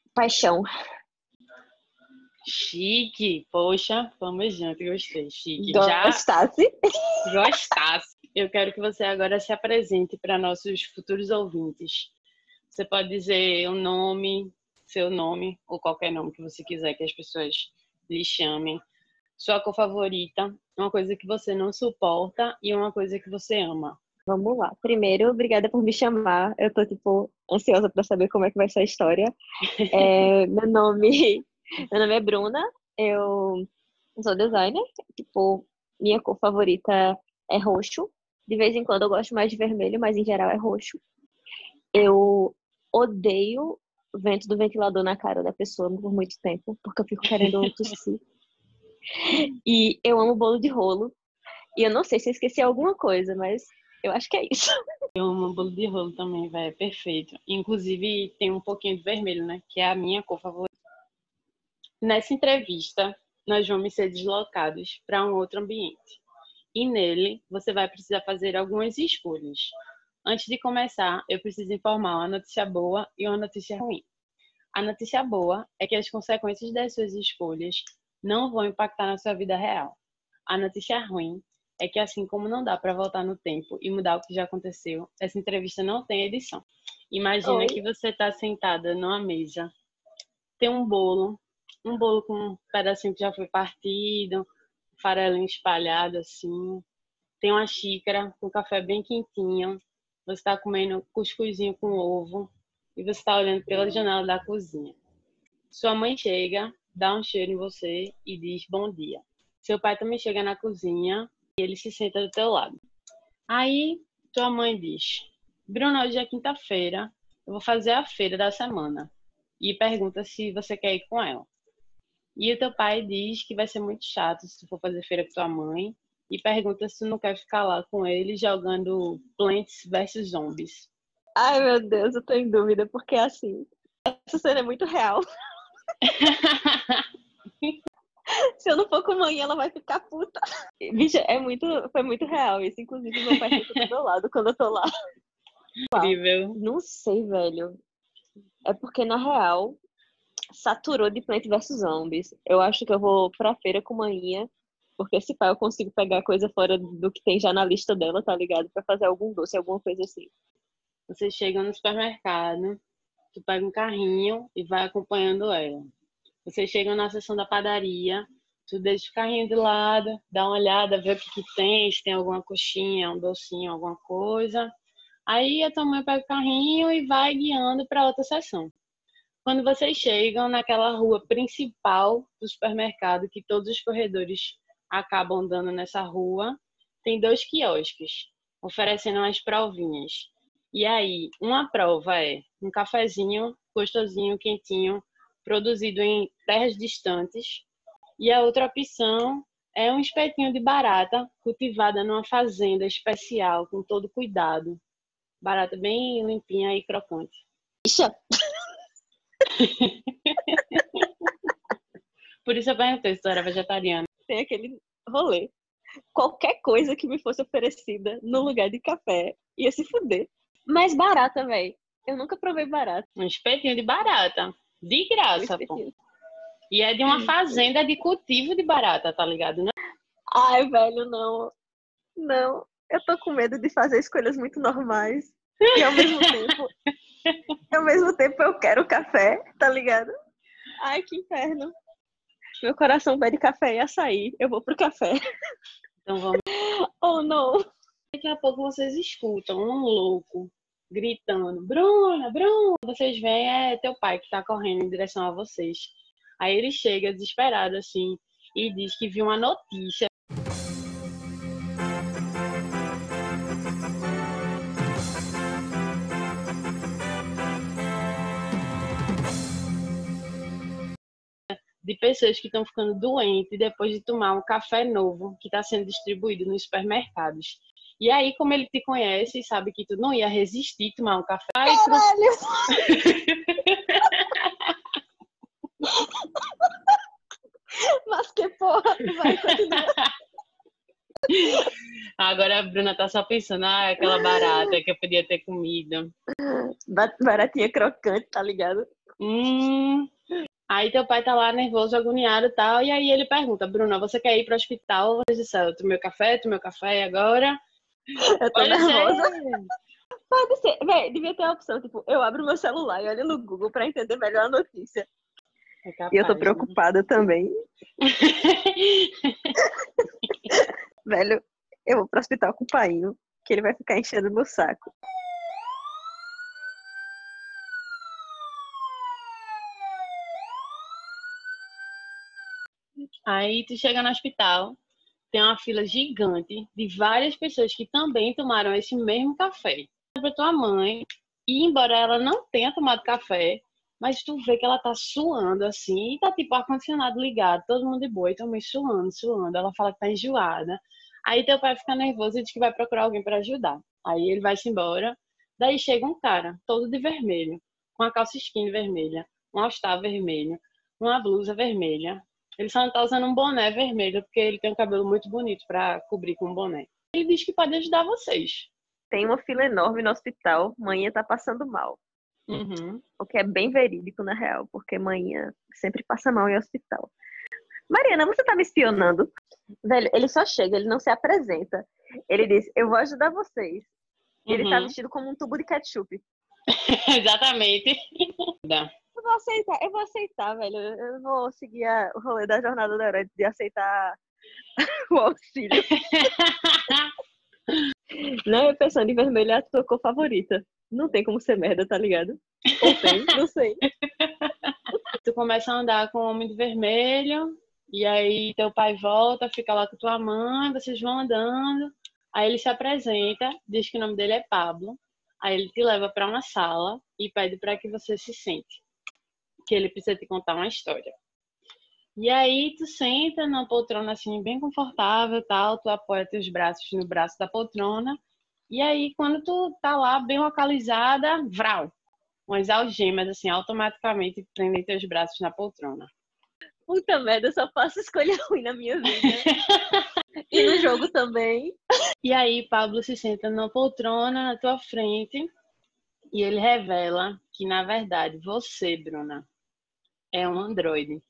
Paixão. Chique. Poxa, vamos junto, gostei. Chique. Já Gostasse? gostasse. Eu quero que você agora se apresente para nossos futuros ouvintes. Você pode dizer o nome, seu nome, ou qualquer nome que você quiser que as pessoas lhe chamem. Sua cor favorita, uma coisa que você não suporta e uma coisa que você ama. Vamos lá. Primeiro, obrigada por me chamar. Eu tô, ansiosa pra saber como é que vai ser a história. Meu nome é Bruna. Eu sou designer. Minha cor favorita é roxo. De vez em quando eu gosto mais de vermelho, mas em geral é roxo. Eu odeio o vento do ventilador na cara da pessoa por muito tempo, porque eu fico querendo tossir. E eu amo bolo de rolo. E eu não sei se eu esqueci alguma coisa, mas eu acho que é isso. Eu amo bolo de rolo também, velho, é perfeito. Inclusive tem um pouquinho de vermelho, né, que é a minha cor favorita. Nessa entrevista, nós vamos ser deslocados para um outro ambiente. E nele, você vai precisar fazer algumas escolhas. Antes de começar, eu preciso informar uma notícia boa e uma notícia ruim. A notícia boa é que as consequências das suas escolhas não vão impactar na sua vida real. A notícia ruim é que, assim como não dá para voltar no tempo e mudar o que já aconteceu, essa entrevista não tem edição. Imagina Oi. que você está sentada numa mesa, tem um bolo com um pedacinho que já foi partido, farelinho espalhado assim, tem uma xícara com café bem quentinho, você está comendo cuscuzinho com ovo e você está olhando pela janela da cozinha. Sua mãe chega, dá um cheiro em você e diz bom dia. Seu pai também chega na cozinha e ele se senta do teu lado. Aí, tua mãe diz, Bruno, hoje é quinta-feira, eu vou fazer a feira da semana. E pergunta se você quer ir com ela. E o teu pai diz que vai ser muito chato se tu for fazer feira com tua mãe e pergunta se tu não quer ficar lá com ele jogando Plants vs Zombies. Ai, meu Deus, eu tô em dúvida, porque assim, essa cena é muito real. Se eu não for com a mãe, ela vai ficar puta. Bicha, foi muito real isso. Inclusive, meu pai senta do meu lado quando eu tô lá. Incrível. Não sei, velho. É porque, na real, saturou de Plants vs Zombies. Eu acho que eu vou pra feira com manhã, porque se pá, eu consigo pegar coisa fora do que tem já na lista dela, tá ligado? Pra fazer algum doce, alguma coisa assim. Você chega no supermercado, tu pega um carrinho e vai acompanhando ela. Você chega na seção da padaria, tu deixa o carrinho de lado, dá uma olhada, vê o que tem, se tem alguma coxinha, um docinho, alguma coisa. Aí a tua mãe pega o carrinho e vai guiando para outra seção. Quando vocês chegam naquela rua principal do supermercado, que todos os corredores acabam dando nessa rua, tem 2 quiosques oferecendo umas provinhas. E aí, uma prova é um cafezinho gostosinho, quentinho, produzido em terras distantes. E a outra opção é um espetinho de barata cultivada numa fazenda especial, com todo cuidado. Barata bem limpinha e crocante. Bicha, Por isso eu perguntei se tu era vegetariana. tem aquele rolê. Qualquer coisa que me fosse oferecida no lugar de café ia se fuder. Mas barata, velho. Eu nunca provei barata. Um espetinho de barata. De graça, pô. Espetinho. E é de uma fazenda de cultivo de barata, tá ligado, né? Ai, velho, não. Não. Eu tô com medo de fazer escolhas muito normais. E ao mesmo tempo eu quero café, tá ligado? Ai, que inferno. Meu coração pede café e açaí. Eu vou pro café. Então vamos. Oh, não. Daqui a pouco vocês escutam um louco gritando, Bruna, Bruna. Vocês veem, é teu pai que tá correndo em direção a vocês. Aí ele chega desesperado assim e diz que viu uma notícia de pessoas que estão ficando doentes depois de tomar um café novo que está sendo distribuído nos supermercados. E aí, como ele te conhece e sabe que tu não ia resistir tomar um café... Caralho! Mas que porra, vai continuar. Agora a Bruna tá só pensando, aquela barata que eu podia ter comido. Baratinha crocante, tá ligado? Hum. Aí teu pai tá lá nervoso, agoniado e tal, e aí ele pergunta, Bruna, você quer ir pro hospital? Você disse, eu tomei café agora. Eu tô Pode ser. nervosa. Pode ser. Véi, devia ter a opção, tipo, eu abro meu celular e olho no Google pra entender melhor a notícia. É E eu tô capaz, né? preocupada também. Velho, eu vou pro hospital com o painho, que ele vai ficar enchendo meu saco. Aí tu chega no hospital, tem uma fila gigante de várias pessoas que também tomaram esse mesmo café. Pra tua mãe, e embora ela não tenha tomado café, mas tu vê que ela tá suando assim, e tá tipo ar-condicionado ligado, todo mundo de boa, e tua mãe suando. Ela fala que tá enjoada. Aí teu pai fica nervoso e diz que vai procurar alguém para ajudar. Aí ele vai-se embora. Daí chega um cara, todo de vermelho, com a calça skinny vermelha, um all-star vermelho, uma blusa vermelha. Ele só não tá usando um boné vermelho, porque ele tem um cabelo muito bonito para cobrir com um boné. Ele diz que pode ajudar vocês. Tem uma fila enorme no hospital, manhã tá passando mal. Uhum. O que é bem verídico, na real, porque manhã sempre passa mal em hospital. Mariana, você tá me espionando? Velho, ele só chega, ele não se apresenta. Ele diz, eu vou ajudar vocês. E ele tá Uhum. vestido como um tubo de ketchup. Exatamente. Eu vou aceitar, velho. Eu vou seguir o rolê da jornada do herói de aceitar o auxílio. Não, eu pensando em vermelho é a tua cor favorita. Não tem como ser merda, tá ligado? Ou tem, não sei. Tu começa a andar com o homem de vermelho, e aí teu pai volta, fica lá com tua mãe, vocês vão andando. Aí ele se apresenta, diz que o nome dele é Pablo. Aí ele te leva para uma sala e pede para que você se sente, que ele precisa te contar uma história. E aí tu senta numa poltrona assim bem confortável, tal, tu apoia teus braços no braço da poltrona. E aí quando tu tá lá bem localizada, vral, umas algemas assim automaticamente prendem teus braços na poltrona. Puta merda, eu só faço escolha ruim na minha vida. E no jogo também. E aí Pablo se senta numa poltrona na tua frente e ele revela que na verdade você, Bruna, é um androide.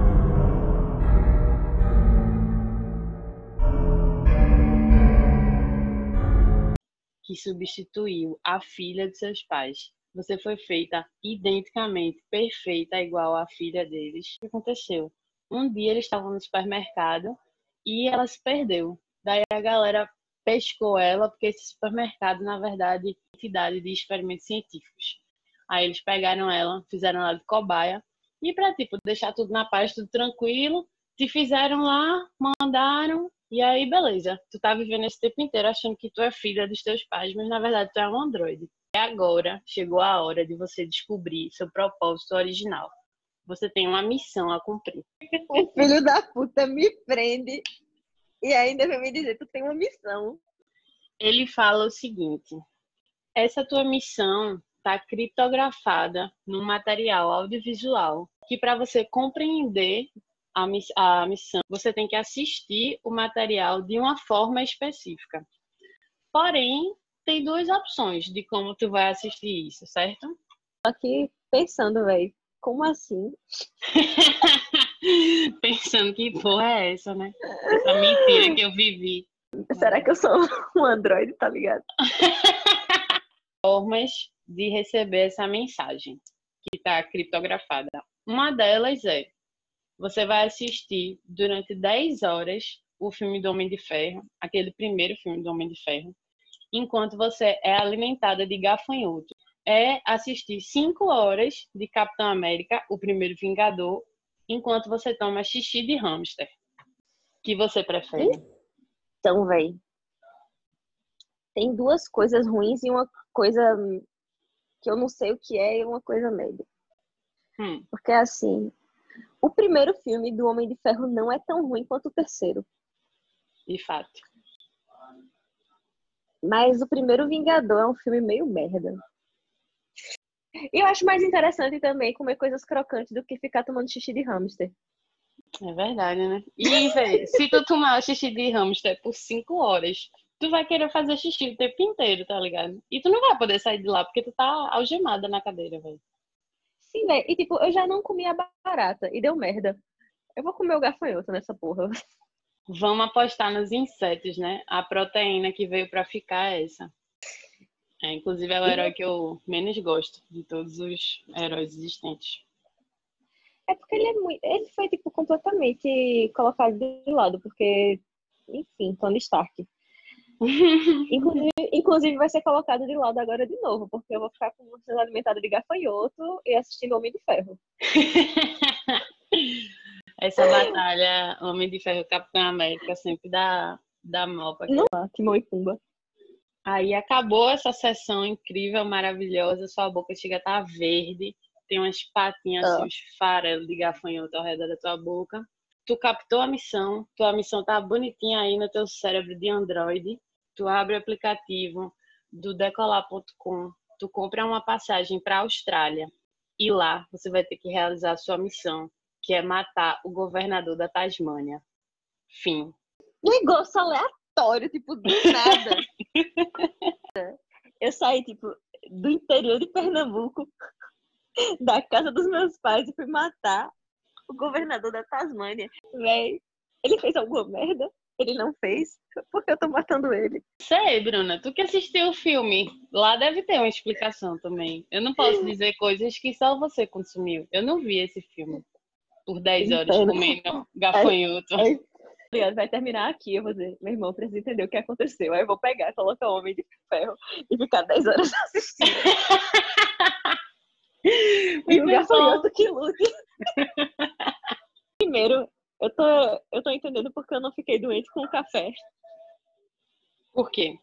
Que substituiu a filha de seus pais. Você foi feita identicamente perfeita, igual à filha deles. O que aconteceu? Um dia eles estavam no supermercado e ela se perdeu. Daí a galera pescou ela, porque esse supermercado, na verdade, é uma entidade de experimentos científicos. Aí eles pegaram ela, fizeram ela de cobaia, e para tipo, deixar tudo na paz, tudo tranquilo, te fizeram lá, mandaram, e aí beleza. Tu tá vivendo esse tempo inteiro achando que tu é filha dos teus pais, mas na verdade tu é um androide. E agora chegou a hora de você descobrir seu propósito original. Você tem uma missão a cumprir. O filho da puta me prende e ainda vem me dizer, tu tem uma missão. Ele fala o seguinte: essa tua missão está criptografada num material audiovisual que para você compreender a missão, você tem que assistir o material de uma forma específica. Porém, tem duas opções de como tu vai assistir isso, certo? Tô aqui pensando, velho, como assim? Pensando que porra é essa, né? Essa mentira que eu vivi. Será que eu sou um androide, tá ligado? Formas de receber essa mensagem que está criptografada. Uma delas é: você vai assistir durante 10 horas o filme do Homem de Ferro, aquele primeiro filme do Homem de Ferro, enquanto você é alimentada de gafanhoto. É assistir 5 horas de Capitão América, o primeiro Vingador, enquanto você toma xixi de hamster. O que você prefere? Então, velho, tem duas coisas ruins e uma coisa que eu não sei o que é e uma coisa média. Porque, assim, o primeiro filme do Homem de Ferro não é tão ruim quanto o terceiro. De fato. Mas o primeiro Vingador é um filme meio merda. E eu acho mais interessante também comer coisas crocantes do que ficar tomando xixi de hamster. É verdade, né? E, velho, se tu tomar xixi de hamster por 5 horas, tu vai querer fazer xixi o tempo inteiro, tá ligado? E tu não vai poder sair de lá porque tu tá algemada na cadeira, velho. Sim, velho. E tipo, eu já não comia barata e deu merda. Eu vou comer o gafanhoto nessa porra. Vamos apostar nos insetos, né? A proteína que veio pra ficar é essa. Inclusive, é o herói que eu menos gosto de todos os heróis existentes. É porque ele é muito. Ele foi, tipo, completamente colocado de lado, porque, enfim, Tony Stark. Inclusive vai ser colocado de lado agora de novo, porque eu vou ficar sendo alimentada de gafanhoto e assistindo Homem de Ferro. Essa batalha Homem de Ferro e Capitão América sempre dá mal pra Não há Timão e Pumba. Aí acabou essa sessão incrível, maravilhosa. Sua boca chega a estar verde. Tem umas patinhas, assim, uns farelos de gafanhoto ao redor da tua boca. Tu captou a missão. Tua missão tá bonitinha aí no teu cérebro de Android. Tu abre o aplicativo do decolar.com. Tu compra uma passagem para a Austrália. E lá você vai ter que realizar a sua missão, que é matar o governador da Tasmânia. Fim. Negócio aleatório, tipo, do nada. Eu saí, tipo, do interior de Pernambuco, da casa dos meus pais, e fui matar o governador da Tasmânia. Véi, ele fez alguma merda? Ele não fez? Por que eu tô matando ele? Sei, Bruna, tu que assistiu o filme, lá deve ter uma explicação também. Eu não posso dizer coisas que só você consumiu. Eu não vi esse filme por 10 horas Entendo. comendo gafanhoto. Vai terminar aqui, eu vou dizer, meu irmão, precisa entender o que aconteceu. Aí eu vou pegar, colocar o Homem de Ferro e ficar 10 horas assistindo. E o gafanhoto que lute. Primeiro, eu tô entendendo porque eu não fiquei doente com o café. Por quê?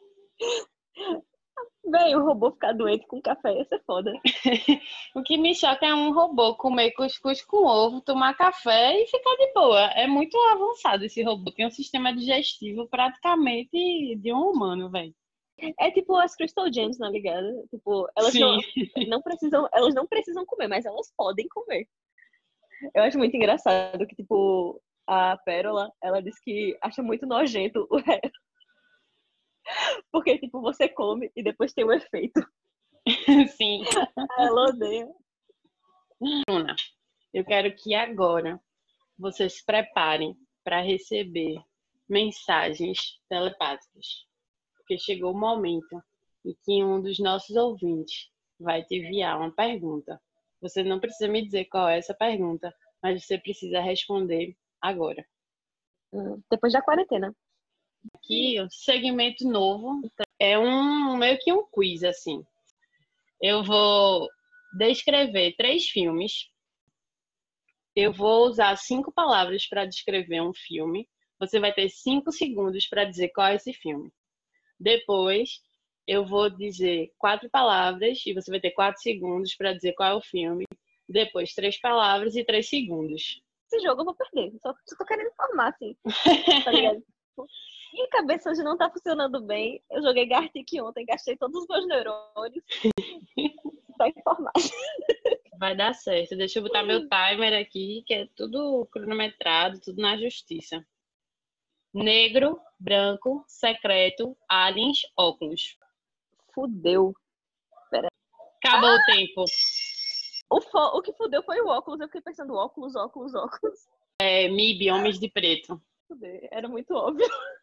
Véi, o robô ficar doente com café ia ser foda. O que me choca é um robô comer cuscuz com ovo, tomar café e ficar de boa. É muito avançado esse robô. Tem um sistema digestivo praticamente de um humano, velho. É tipo as Crystal Gems, tá ligado? Tipo, elas Sim. elas não precisam comer, mas elas podem comer. Eu acho muito engraçado que, tipo, a Pérola, ela disse que acha muito nojento o resto. Porque, tipo, você come e depois tem o efeito. Sim. Ela odeia. Bruna, eu quero que agora vocês se preparem para receber mensagens telepáticas. Porque chegou o momento em que um dos nossos ouvintes vai te enviar uma pergunta. Você não precisa me dizer qual é essa pergunta, mas você precisa responder agora. Depois da quarentena. Aqui, o segmento novo é meio que um quiz, assim. Eu vou descrever 3 filmes. Eu vou usar 5 palavras para descrever um filme. Você vai ter 5 segundos para dizer qual é esse filme. Depois, eu vou dizer 4 palavras e você vai ter 4 segundos para dizer qual é o filme. Depois, 3 palavras e 3 segundos. Esse jogo eu vou perder. Só tô querendo informar, assim. Tá ligado? Minha cabeça hoje não tá funcionando bem. Eu joguei Gartic ontem, gastei todos os meus neurônios. Só informar. Vai dar certo. Deixa eu botar meu timer aqui, que é tudo cronometrado, tudo na justiça. Negro, branco, secreto, aliens, óculos. Fudeu. Acabou o tempo. O que fudeu foi o óculos. Eu fiquei pensando, óculos. MIB, Homens de Preto. Fudeu. Era muito óbvio.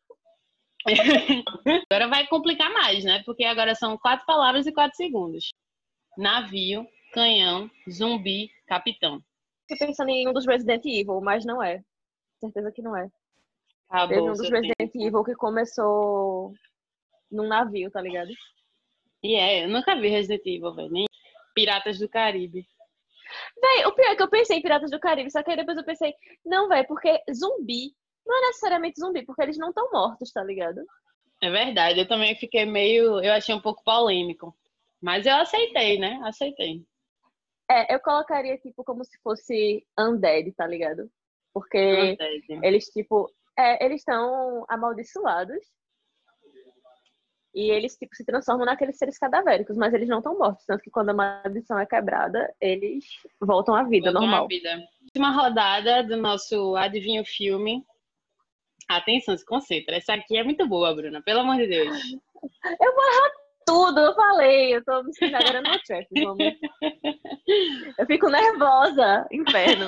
Agora vai complicar mais, né? Porque agora são 4 palavras e 4 segundos. Navio, canhão, zumbi, capitão. Fiquei pensando em um dos Resident Evil, mas não é. Certeza que não é. Acabou Teve o um dos seu Resident tempo. Evil que começou num navio, tá ligado? Eu nunca vi Resident Evil, velho. Nem Piratas do Caribe. Véi, o pior é que eu pensei em Piratas do Caribe, só que aí depois eu pensei, não, véi, porque zumbi não é necessariamente zumbi, porque eles não estão mortos, tá ligado? É verdade, eu também fiquei meio. Eu achei um pouco polêmico. Mas eu aceitei, né? Aceitei. Eu colocaria, tipo, como se fosse Undead, tá ligado? Porque Undead. eles, tipo, eles estão amaldiçoados e eles, tipo, se transformam naqueles seres cadavéricos, mas eles não estão mortos. Tanto que quando a maldição é quebrada, eles voltam à vida normal. Última rodada do nosso Adivinha o Filme. Atenção, se concentra. Essa aqui é muito boa, Bruna. Pelo amor de Deus. Eu vou errar Tudo, eu falei. Eu tô me sentindo agora no trap, vamos. Eu fico nervosa, inferno.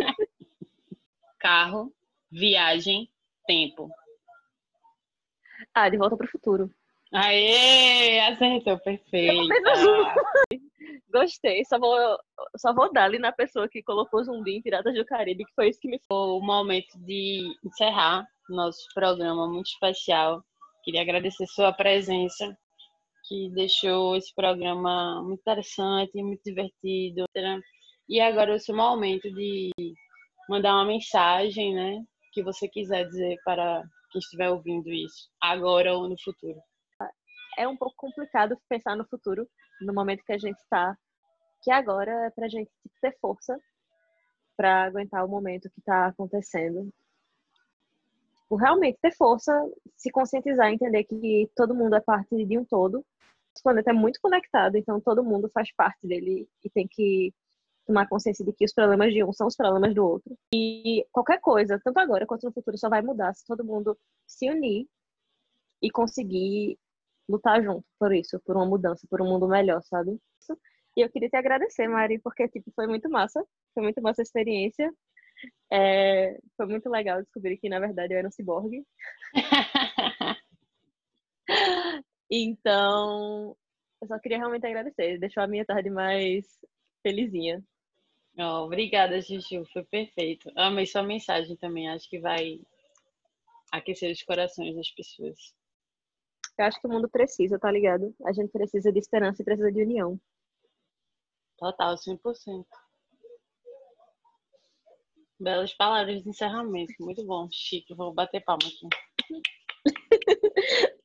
Carro, viagem, tempo. Ah, De Volta pro Futuro. Aê, acertou, Pelo perfeita. menos gostei. Só vou dar ali na pessoa que colocou zumbi em Piratas do Caribe, que foi isso que me. O momento de encerrar nosso programa muito especial. Queria agradecer sua presença, que deixou esse programa muito interessante, muito divertido. E agora é o seu momento de mandar uma mensagem, né? Que você quiser dizer para quem estiver ouvindo isso, agora ou no futuro. É um pouco complicado pensar no futuro, no momento que a gente está, que agora é pra gente ter força para aguentar o momento que está acontecendo. Por realmente ter força, se conscientizar, entender que todo mundo é parte de um todo. O planeta é muito conectado, então todo mundo faz parte dele e tem que tomar consciência de que os problemas de um são os problemas do outro. E qualquer coisa, tanto agora quanto no futuro, só vai mudar se todo mundo se unir e conseguir lutar junto por isso, por uma mudança, por um mundo melhor, sabe? E eu queria te agradecer, Mari, porque tipo, foi muito massa. Foi muito massa a experiência. Foi muito legal descobrir que, na verdade, eu era um ciborgue. Então, eu só queria realmente agradecer. Deixou a minha tarde mais felizinha. Oh, obrigada, Juju. Foi perfeito. Amei sua mensagem também. Acho que vai aquecer os corações das pessoas. Eu acho que o mundo precisa, tá ligado? A gente precisa de esperança e precisa de união. Total, 100%. Belas palavras de encerramento. Muito bom. Chique. Vou bater palma aqui.